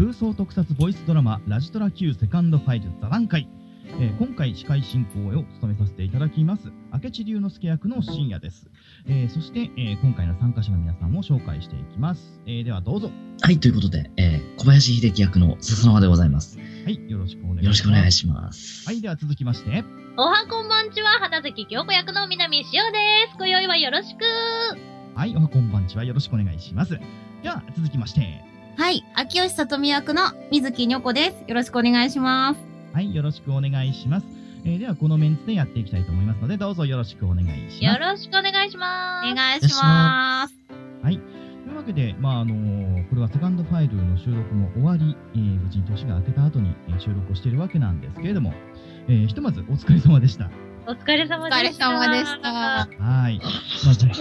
空想特撮ボイスドラマラジトラ Q セカンドファイル座談会。今回司会進行を務めさせていただきます明智龍之介役の深夜です。そして、今回の参加者の皆さんを紹介していきます。ではどうぞ。 はい、ということで、小林秀樹役の笹縄でございます。 はい、よろしくお願いします。 よろしくお願いします。 はい、では続きまして、 おはこんばんちは、花崎京子役の南しおです。今宵はよろしく。 はい、おはこんばんちは、よろしくお願いします。では続きまして、 はい、秋吉さとみ役の水木にょこです。よろしくお願いします。 はい、よろしくお願いします。ではこのメンツでやっていきたいと思いますので、どうぞよろしくお願いします。 よろしくお願いします。 お願いします。 はい。というわけで、これはセカンドファイルの収録も終わり、無事に年が明けた後に収録をしているわけなんですけれども、ひとまずお疲れ様でした。 お疲れ様でした。 お疲れ様でした。 はい。まず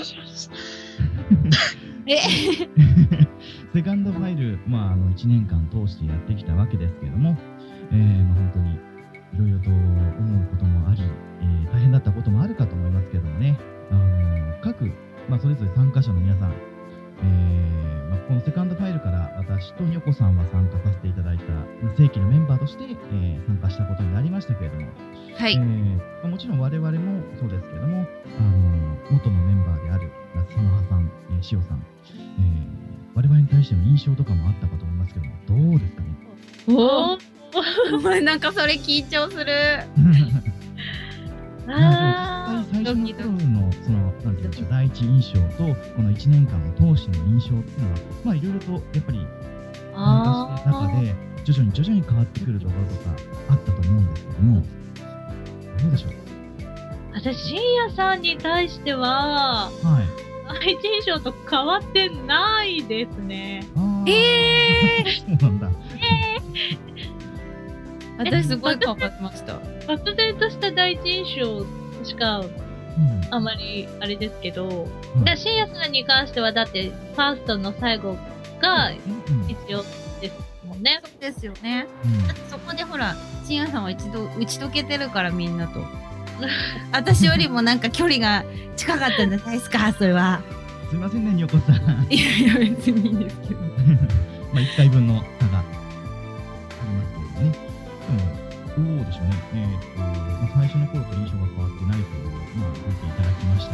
セカンドファイル、1年間通してやってきたわけですけれども、本当にいろいろと思うこともあり、大変だったこともあるかと思いますけれどもね、各、それぞれ参加者の皆さん、このセカンドファイルから私とにょこさんは参加させていただいた正規のメンバーとして、参加したことになりましたけれども、 はい。 もちろん我々もそうですけれども、元のメンバーである夏佐野葉さん、しおさん、我々に対しての印象とかもあったかと思いますけども、どうですかね。 おーなんかそれ緊張する。 最初の頃のなんていうんでしょう、第一印象とこの1年間を通しての印象っていうのは、いろいろとやっぱり参加している中で徐々に変わってくるところとかあったと思うんですけども、どうでしょう。 私、深夜さんに対しては、第一印象と変わってないですね。 そうなんだ。 私すごい変わってました。 漠然とした第一印象しか、あまりあれですけど、深夜さんに関してはだってファーストの最後が必要ですもんね。 そうですよね。だってそこでほら、深夜さんは一度打ち解けてるからみんなと。私よりもなんか距離が近かったんじゃないですか、それは。 すいませんね、にょこさん。 いや別にいいんですけど。 1回分の差がありますけどね。でも、どうでしょうね。最初の頃と印象が変わってないという、見ていただきました。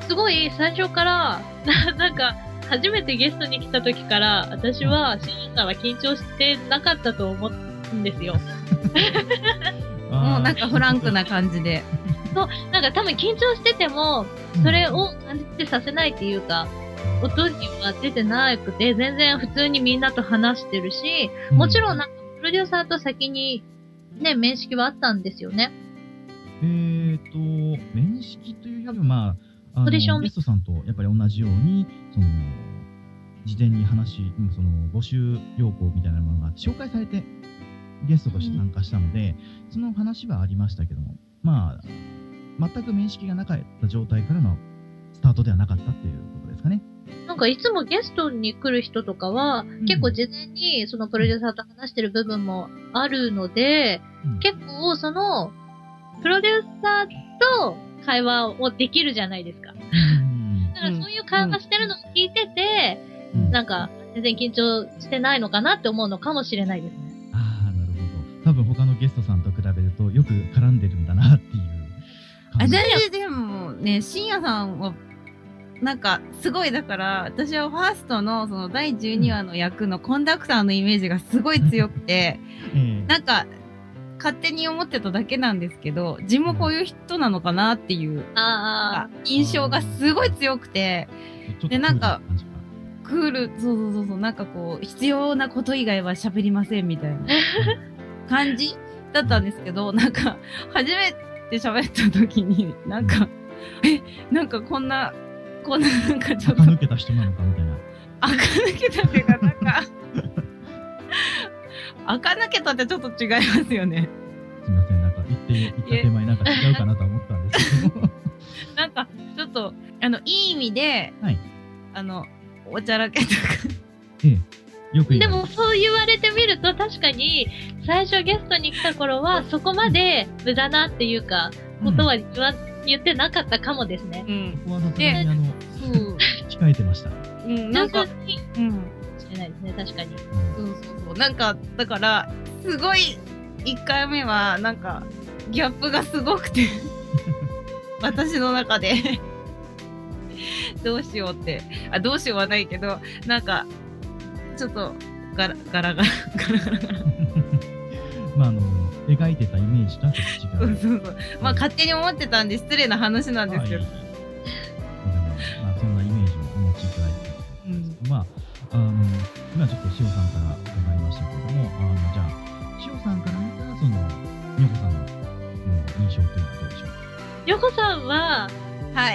すごい最初から、なんか、初めてゲストに来た時から、私は、深夜さんは緊張してなかったと思うんですよ。 もうなんかフランクな感じで。 そう、なんか多分緊張してても、それを感じてさせないっていうか、音には出てなくて、全然普通にみんなと話してるし、もちろんなんかプロデューサーと先にね、面識はあったんですよね。 面識というよりは、ゲストさんとやっぱり同じように、事前に募集要項みたいなものが紹介されて、ゲストとして参加したので、その話はありましたけども、全く面識がなかった状態からのスタートではなかったっていうことですかね。 なんかいつもゲストに来る人とかは、結構事前にそのプロデューサーと話してる部分もあるので、結構その、プロデューサーと会話をできるじゃないですか。だからそういう会話してるのを聞いてて、なんか全然緊張してないのかなって思うのかもしれないですね。 なるほど。多分他のゲストさんと比べるとよく絡んでるんだなっていう感じ。 私でもね、深夜さんは、なんか、すごいだから、私はファーストのその第12話の役のコンダクターのイメージがすごい強くて、なんか、勝手に思ってただけなんですけど、自分もこういう人なのかなっていう、印象がすごい強くて、で、なんか、クール、そう、なんかこう、必要なこと以外は喋りませんみたいな感じだったんですけど、なんか、初めて喋った時に、なんか、なんかこんな、なんかちょっと。 垢抜けた人なのかみたいな。 垢抜けたっていうか、なんか、垢抜けたってちょっと違いますよね。 すみません、なんか言った手前なんか違うかなと思ったんですけど。 なんか、ちょっと、いい意味で、おちゃらけたか。 よく言う。 でもそう言われてみると確かに、最初ゲストに来た頃はそこまで無駄なっていうか、ことは言ってなかったかもですね。 ここはさすがに控えてました。 なんか、 してないですね、確かに。 そう。なんか、だから、すごい、1回目は、なんか、ギャップがすごくて、私の中で、どうしようって。どうしようはないけど、なんか、ちょっと、ガラガラ。 まあ、描いてたイメージとはちょっと違う。 そう。まあ、勝手に思ってたんで、失礼な話なんですけど。 まあ、そんなイメージをお持ちいただいてるんですけど、まあ、今ちょっと塩さんから伺いましたけれども、じゃあ、塩さんから見た、その、ヨコさんの印象というのはどうでしょう？ ヨコさんは、 はい。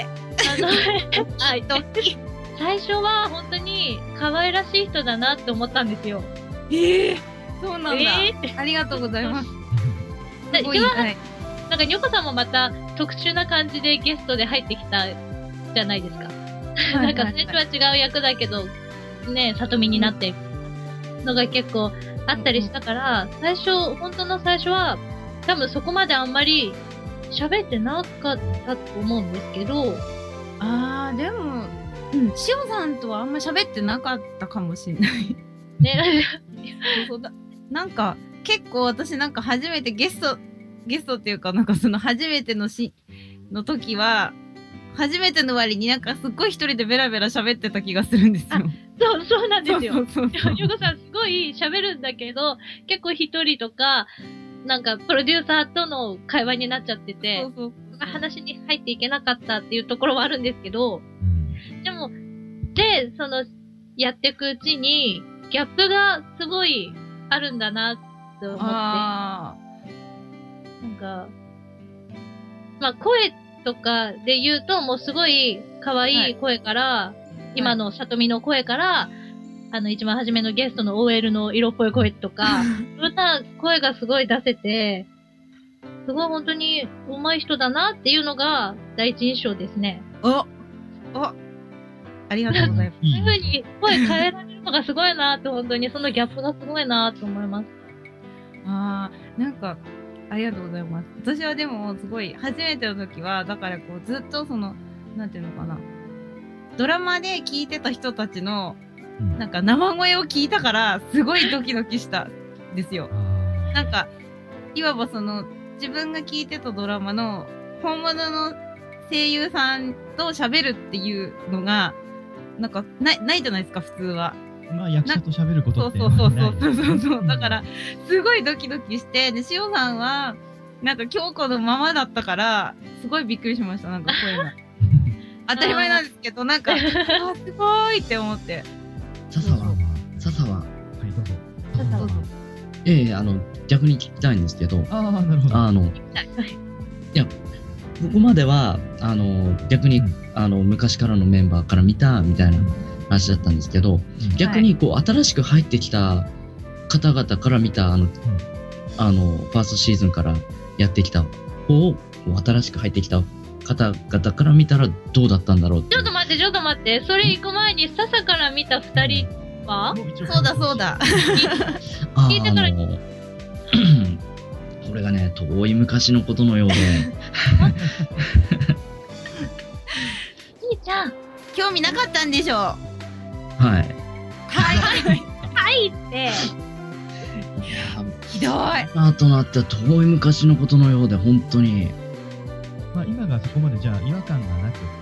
最初は本当に可愛らしい人だなって思ったんですよ。 そうなんだ。ありがとうございます。すごい、 はい。なんか、ヨコさんもまた特殊な感じでゲストで入ってきたじゃないですか。なんか最初は違う役だけど、ね、里見になってのが結構あったりしたから、本当の最初は、多分そこまであんまり喋ってなかったと思うんですけど。 でも、塩さんとはあんま喋ってなかったかもしれない。 ね。 そうだ。なんか、結構私なんか初めてゲストっていうか、なんかその初めての時は、初めての割になんかすっごい一人でベラベラ喋ってた気がするんですよ。 そうなんですよ。 そう。 ヨコさんすごい喋るんだけど、結構一人とか、なんかプロデューサーとの会話になっちゃってて、話に入っていけなかったっていうところはあるんですけど、で、やっていくうちに、ギャップがすごいあるんだなって思って、なんか、まあ声とかで言うと、もうすごい可愛い声から、今の里見の声から、一番初めのゲストの OL の色っぽい声とか、そんな声がすごい出せて、すごい本当に上手い人だなっていうのが第一印象ですね。 ありがとうございます。 そういう風に声変えられるのがすごいなって本当にそのギャップがすごいなと思います。 なんか、ありがとうございます。私はでもすごい初めての時は、だからこうずっとなんていうのかな。ドラマで聞いてた人たちの、なんか生声を聞いたから、すごいドキドキしたんですよ。なんか、いわば自分が聞いてたドラマの本物の声優さんと喋るっていうのが、なんか、ないじゃないですか、普通は。 まあ、役者と喋ることってそう。だから、すごいドキドキして、で、塩さんは、なんか、京子のままだったから、すごいびっくりしました、なんか声が。当たり前なんですけど、なんか、すごいって思って。 笹は。 はい、どうぞ。 逆に聞きたいんですけど、 なるほど。 いや、ここまでは、逆に、昔からのメンバーから見た、みたいな話だったんですけど、逆に、こう、新しく入ってきた方々から見た、ファーストシーズンからやってきた方を、新しく入ってきた方々から見たらどうだったんだろうって。 ちょっと待って。それ行く前に、笹から見た二人は、 そうだ。 聞いてからこれがね、遠い昔のことのようで。 じいちゃん。 興味なかったんでしょう。 はいって。 いやひどい。 あとなって遠い昔のことのようで、本当に。 まあ、今がそこまでじゃあ違和感がなくって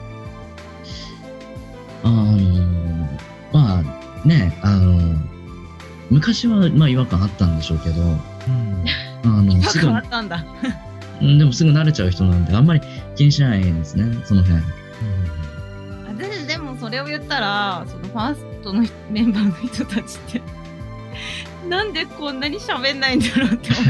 いうまあね、昔はまあ違和感あったんでしょうけど、 違和感あったんだ。 でもすぐ慣れちゃう人なんで、あんまり気にしないんですね、その辺。 私でもそれを言ったら、ファーストのメンバーの人たちって、なんでこんなに喋んないんだろうって思う。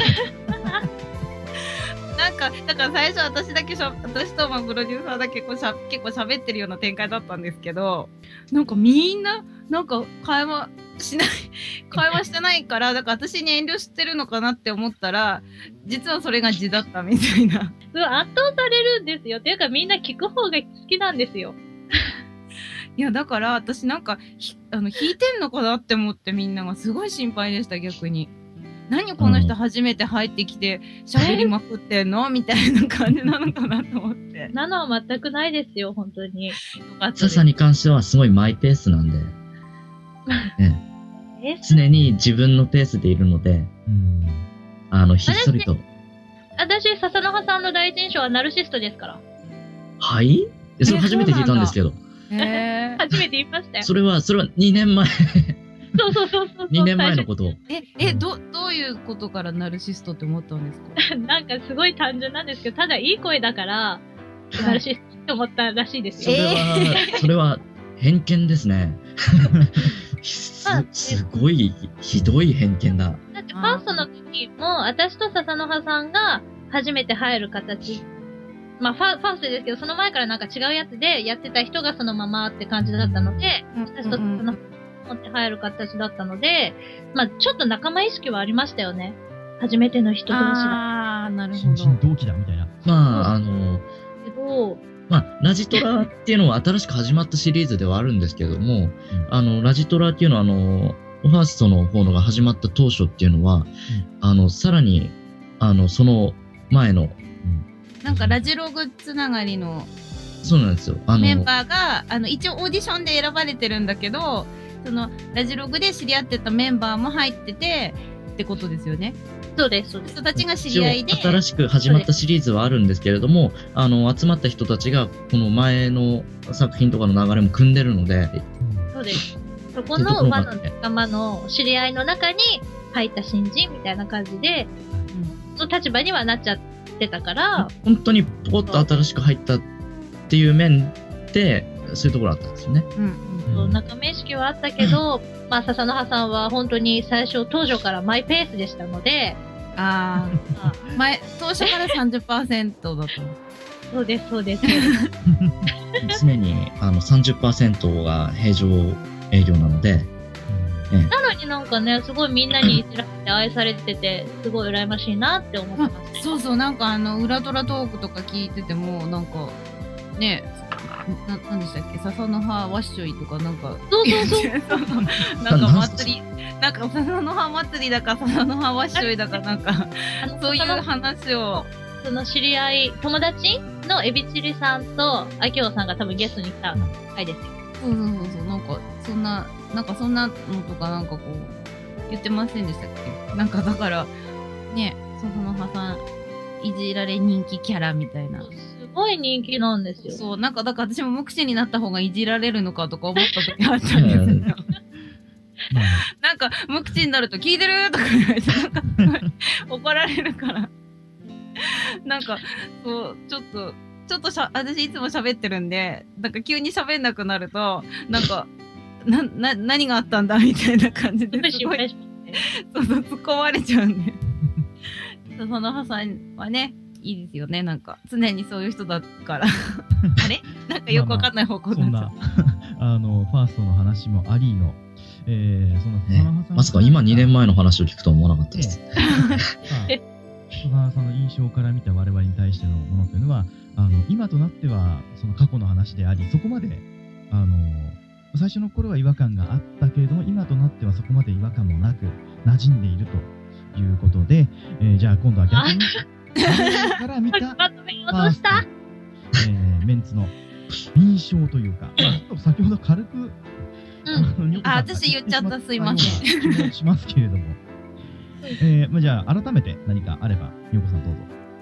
なんか、だから最初私とプロデューサーだけ結構喋ってるような展開だったんですけど、なんかみんな、なんか会話してないから、だから私に遠慮してるのかなって思ったら、実はそれが字だったみたいな。 圧倒されるんですよ。っていうかみんな聞く方が好きなんですよ。 いや、だから私なんか、弾いてんのかなって思ってみんながすごい心配でした、逆に。何この人初めて入ってきて喋りまくってんのみたいな感じなのかなと思って。 なのは全くないですよ、本当に。 笹に関してはすごいマイペースなんで。 常に自分のペースでいるので、ひっそりと。 私、笹の葉さんの第一印象はナルシストですから。 はい？それ初めて聞いたんですけど。 初めて言いましたよ。 それは2年前。 そう。 2年前のことを。 どういうことからナルシストって思ったんですか？ なんかすごい単純なんですけど、ただいい声だから、ナルシストって思ったらしいですよ。 それは偏見ですね。すごいひどい偏見だ。 だってファーストの時も、私と笹の葉さんが初めて入る形。まあファーストですけど、その前からなんか違うやつでやってた人がそのままって感じだったので、私と笹の葉持って入る形だったので、まあちょっと仲間意識はありましたよね。初めての人同士だ。 ああ、なるほど。 新人同期だみたいな。 ラジトラっていうのは新しく始まったシリーズではあるんですけども、ラジトラっていうのはファーストの方のが始まった当初っていうのは、さらに、その前の、 なんかラジログつながりの、 そうなんですよ。 メンバーが、一応オーディションで選ばれてるんだけど、そのラジログで知り合ってたメンバーも入っててってことですよね。 そうです。 人たちが知り合いで。 新しく始まったシリーズはあるんですけれども、集まった人たちがこの前の作品とかの流れも組んでるので。 そうです。そこの輪の仲間の知り合いの中に入った新人みたいな感じで、の立場にはなっちゃってたから。 本当にポコッと新しく入ったっていう面で、そういうところあったんですよね。 仲間意識はあったけど、まあ、笹の葉さんは本当に最初当初からマイペースでしたので、 当初から 30% だった。 そうです。 常に30% が平常営業なので、 なのになんかね、すごいみんなにいじられて愛されてて、すごい羨ましいなって思ってます。 そう、なんか裏トラトークとか聞いてても、なんか、ね、なんでしたっけ、笹の葉わっしょいとかなんか、 そうなんか祭り、なんか笹の葉祭りだか笹の葉わっしょいだかなんかそういう話を、 その知り合い友達のエビチリさんとあきおさんが多分ゲストに来た回ですよ。 そうなんかそんなのとかなんかこう言ってませんでしたっけ？なんかだからね、笹の葉さんいじられ人気キャラみたいな。 すごい人気なんですよ。 そう、なんかだから私も無口になった方がいじられるのかとか思った時あったんですよ。なんか無口になると聞いてるとか言われてなんか怒られるからなんかそうちょっと私いつも喋ってるんで、なんか急に喋んなくなるとなんか何があったんだみたいな感じですごいそう突っ込まれちゃうんでその葉さんはねいいですよね。なんか常にそういう人だからあれなんかよくわかんない方向になっちゃう。 そんなファーストの話もありの、その笹の葉さん、 まさか今2年前の話を聞くとは思わなかったです。 笹の葉さんの印象から見た我々に対してのものというのは、今となってはその過去の話であり、そこまで最初の頃は違和感があったけれども、今となってはそこまで違和感もなく馴染んでいるということで、じゃあ今度は逆にから見たファースト、メンツの印象というか、先ほど軽く、 私言っちゃった、すいません。 気もしますけれども、じゃあ改めて何かあれば、ようこさんどうぞ。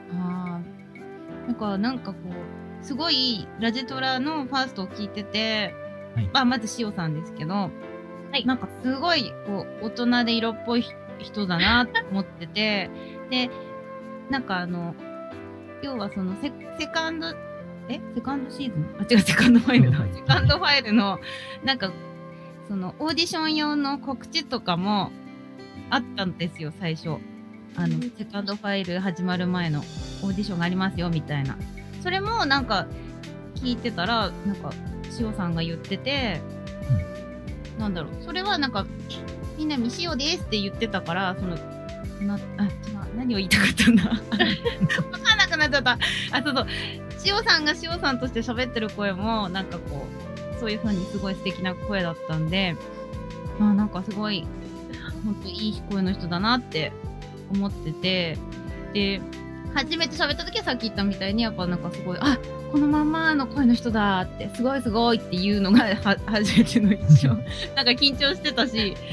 なんかこう、すごいラジトラのファーストを聞いてて、まず塩さんですけど、なんかすごいこう大人で色っぽい人だなって思ってて、で、なんか要はそのセカンドシーズン？違う、セカンドファイルだ。セカンドファイルの、なんか、そのオーディション用の告知とかもあったんですよ、最初。セカンドファイル始まる前のオーディションがありますよ、みたいな。それもなんか、聞いてたら、なんか、塩さんが言ってて、なんだろう、それはなんか、みんな未使用ですって言ってたから、何を言いたかったんだわかんなくなっちゃった。塩さんが塩さんとして喋ってる声も、なんかこう、そういう風にすごい素敵な声だったんで、なんかすごい、本当いい声の人だなって思ってて、で、初めて喋った時はさっき言ったみたいに、やっぱなんかすごい、このまんまの声の人だって、すごいすごいっていうのが初めての印象。なんか緊張してたし、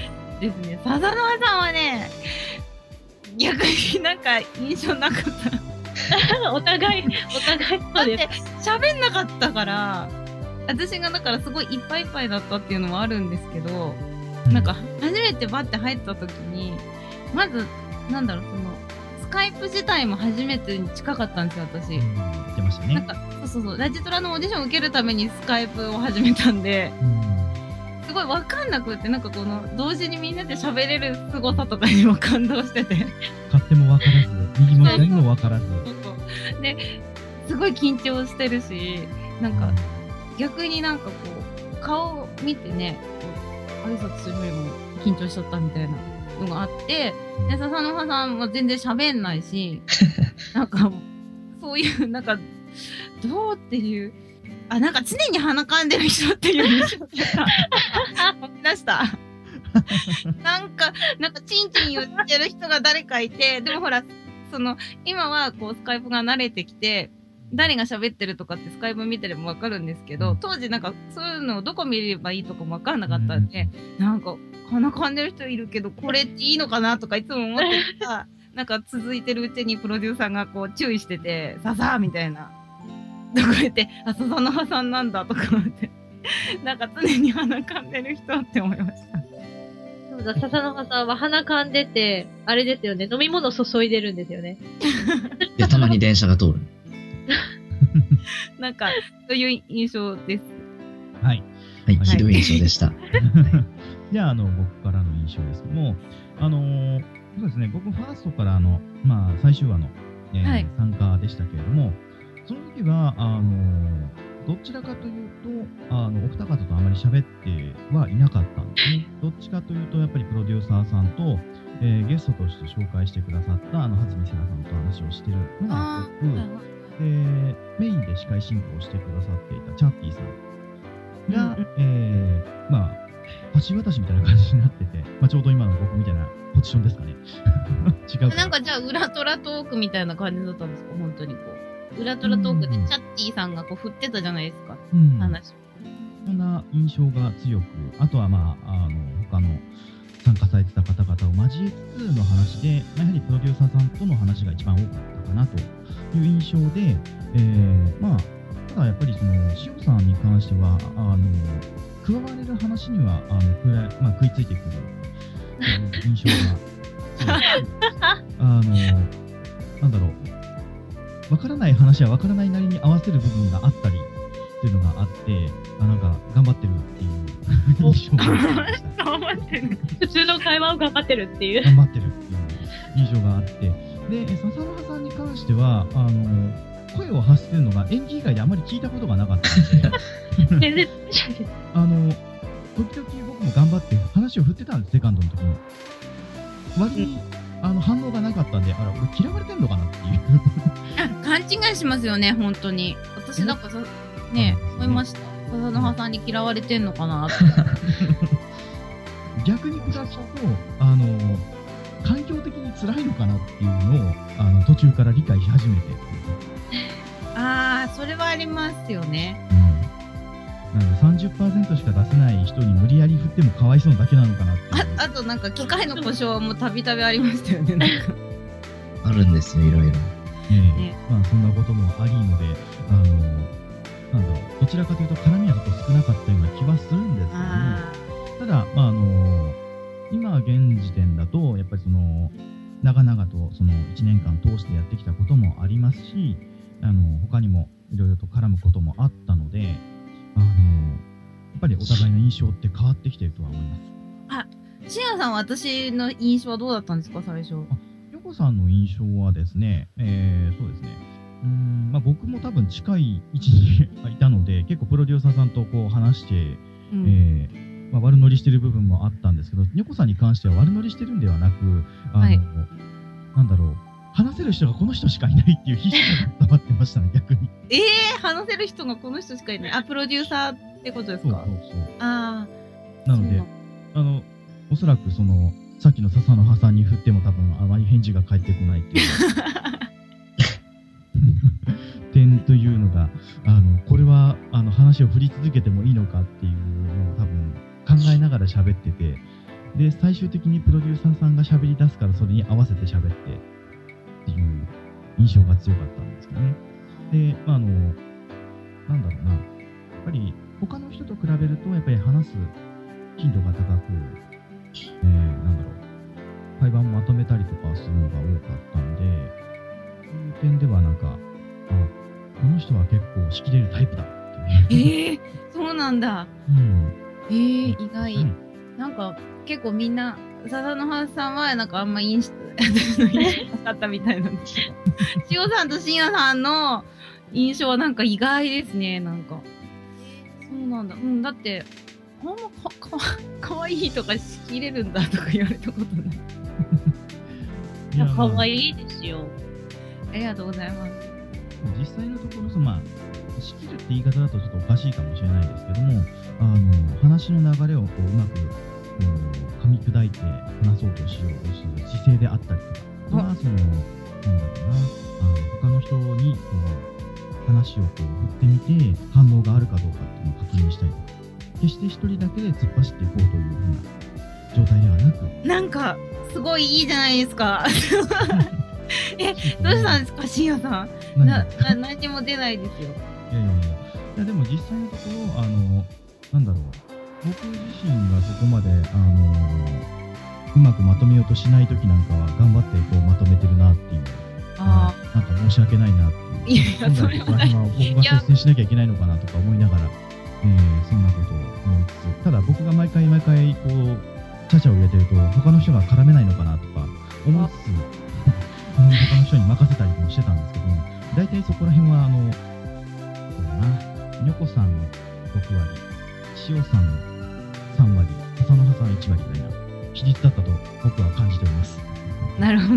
ですね。笹沼さんはね、逆になんか印象なかった。 お互いそうです。 喋んなかったから、私がだからすごいいっぱいいっぱいだったっていうのもあるんですけど、なんか初めてバッて入った時に、まず、なんだろう、スカイプ自体も初めてに近かったんですよ、私。 言ってましたね。 なんか、そう、ラジトラのオーディションを受けるためにスカイプを始めたんで、すごいわかんなくって、なんか同時にみんなで喋れる凄さとかにも感動してて。 勝手もわからず、右も左もわからず。 で、すごい緊張してるし、なんか、逆になんか顔を見てね、挨拶するよりも緊張しちゃったみたいなのがあって、で、笹沼さんも全然喋んないし、なんか、そういう、なんか、どうっていう、なんか常に鼻かんでる人っていう印象だった。思い出した。なんか、チンチン言ってる人が誰かいて、でもほら、今はスカイプが慣れてきて、誰が喋ってるとかってスカイプ見てればわかるんですけど、当時なんかそういうのをどこ見ればいいとかもわかんなかったんで、なんか鼻かんでる人いるけど、これっていいのかなとかいつも思ってた、なんか続いてるうちにプロデューサーが注意してて、ささーみたいな。とか言って、笹沼さんなんだとか思って、なんか常に鼻かんでる人って思いました。 そうだ、笹沼さんは鼻かんでて、あれですよね、飲み物注いでるんですよね。 いや、たまに電車が通る。 なんか、そういう印象です。 はい。 はい、ひどい印象でした。 じゃあ、僕からの印象ですけども、そうですね、僕、ファーストから最終話の、参加でしたけれども、その時は、どちらかというと、お二方とあまり喋ってはいなかったんですね。どっちかというと、やっぱりプロデューサーさんと、ゲストとして紹介してくださった、初見世良さんと話をしてるのが多く、メインで司会進行をしてくださっていたチャッティさんが、橋渡しみたいな感じになってて、ちょうど今の僕みたいなポジションですかね。違うか。 なんかじゃあ、裏トラトークみたいな感じだったんですか、本当に裏トラトークでチャッティさんが振ってたじゃないですか、話。 そんな印象が強く、あとは他の参加されてた方々を交えつつの話で、やはりプロデューサーさんとの話が一番多かったかなという印象で、ただやっぱり塩さんに関しては、加われる話には食いついてくる印象がなんだろう、わからない話はわからないなりに合わせる部分があったりっていうのがあって、なんか頑張ってるっていう印象がありました。 頑張ってる。普通の会話を頑張ってるっていう。 頑張ってるっていう印象があって、で、笹沼さんに関しては、声を発してるのが演技以外であまり聞いたことがなかったので、 全然時々僕も頑張って話を振ってたんです、セカンドの時に。割に、反応がなかったんで、俺嫌われてんのかなっていう。 勘違いしますよね、本当に。私なんかね、思いました。笹沼さんに嫌われてんのかなって。 逆に比べると、環境的に辛いのかなっていうのを、途中から理解し始めて。 それはありますよね。 なので 30% しか出せない人に無理やり振ってもかわいそうなだけなのかなっていう。 あとなんか機械の故障もたびたびありましたよね。なんかあるんですよ、いろいろ。 そんなこともありので、どちらかというと絡みはちょっと少なかったような気はするんですけども、ただ、今現時点だと、やっぱり長々と1年間通してやってきたこともありますし、他にもいろいろと絡むこともあったので、やっぱりお互いの印象って変わってきているとは思います。 シアさんは私の印象はどうだったんですか、最初。 ヨコさんの印象はですね、そうですね。僕も多分近い位置にいたので、結構プロデューサーさんと話して、悪乗りしてる部分もあったんですけど、ヨコさんに関しては悪乗りしてるんではなく、話せる人がこの人しかいないっていう必死さが伝わってましたね、逆に。 話せる人がこの人しかいない。プロデューサーってことですか？ そう。なので、おそらくさっきの笹の葉さんに振っても多分あまり返事が返ってこないっていう点というのが、これは話を振り続けてもいいのかっていうのを多分考えながら喋ってて、 で、最終的にプロデューサーさんが喋り出すから、それに合わせて喋ってっていう印象が強かったんですけどね。で、なんだろうな。やっぱり、他の人と比べると、やっぱり話す頻度が高く、なんだろう。会話もまとめたりとかするのが多かったんで、そういう点ではなんか、この人は結構仕切れるタイプだっていう。 そうなんだ。 うん。 意外。なんか、結構みんな、笹の葉さんはなんかあんま印象なかったみたいなんですけど、塩さんと深夜さんの印象はなんか意外ですね、なんか。そうなんだ。だって、あんまかわいいとか仕切れるんだとか言われたことない。 いや、かわいいですよ。 ありがとうございます。 実際のところ、仕切るって言い方だとちょっとおかしいかもしれないですけども、話の流れをこううまく噛み砕いて話そうとしようとする姿勢であったりとか、なんだろうな、他の人にこう話をこう振ってみて反応があるかどうかっていうのを確認したりとか、決して一人だけで突っ走っていこうというふうな状態ではなく、なんかすごいいいじゃないですか。どうしたんですか、深夜さん。何にも出ないですよ。 いやでも実際のところ、なんだろう、僕自身がそこまで、うまくまとめようとしないときなんかは頑張ってこうまとめてるなっていう、なんか申し訳ないなっていう。 いや、それはない。 僕が率先しなきゃいけないのかなとか思いながら、そんなことを思いつつ、ただ僕が毎回こう、ちゃちゃを入れてると、他の人が絡めないのかなとか思いつつ、他の人に任せたりもしてたんですけども、大体そこら辺は、そうだな、にょこさん6割、塩さん3割、笹の葉さん1割みたいな比率だったと僕は感じております。 なるほど。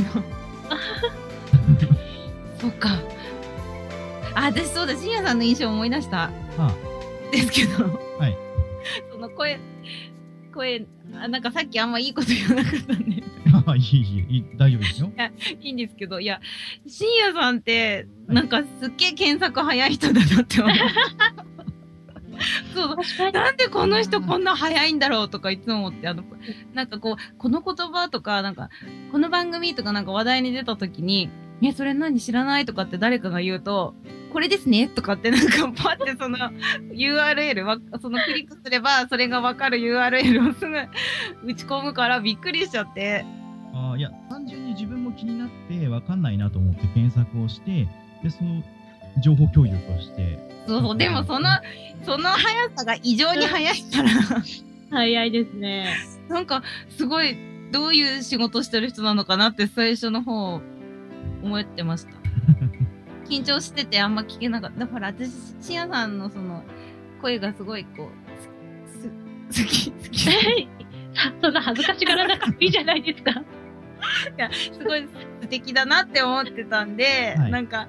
そっか。私そうだ、深夜さんの印象を思い出した。ですけど、 はい。 その声、なんかさっきあんまいいこと言わなかったんで。 いい、大丈夫ですよ。 いいんですけど、深夜さんって、なんかすっげえ検索早い人だなって思う。そう、なんでこの人こんな早いんだろうとかいつも思って、なんかこう、この言葉とか、なんか、この番組とかなんか話題に出た時に、それ何知らないとかって誰かが言うと、これですねとかってなんかパってその URL、そのクリックすればそれがわかる URL をすぐ打ち込むからびっくりしちゃって。 いや、単純に自分も気になってわかんないなと思って検索をして、で、その情報共有として。 そう、でもその速さが異常に速いから。 早いですね。 なんか、すごい、どういう仕事してる人なのかなって最初の方、思ってました。緊張しててあんま聞けなかった。だから私、深夜さんのその、声がすごいこう、好き。 そんな恥ずかしがらなくていいじゃないですか。いや、すごい素敵だなって思ってたんで、なんか、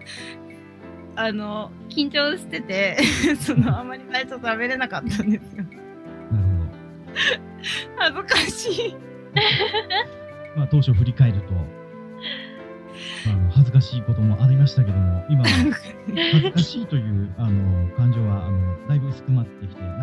緊張してて、あんまり最初喋れなかったんですよ。 なるほど。 恥ずかしい。 当初振り返ると、恥ずかしいこともありましたけども、今は恥ずかしいという感情はだいぶ薄くなってきて、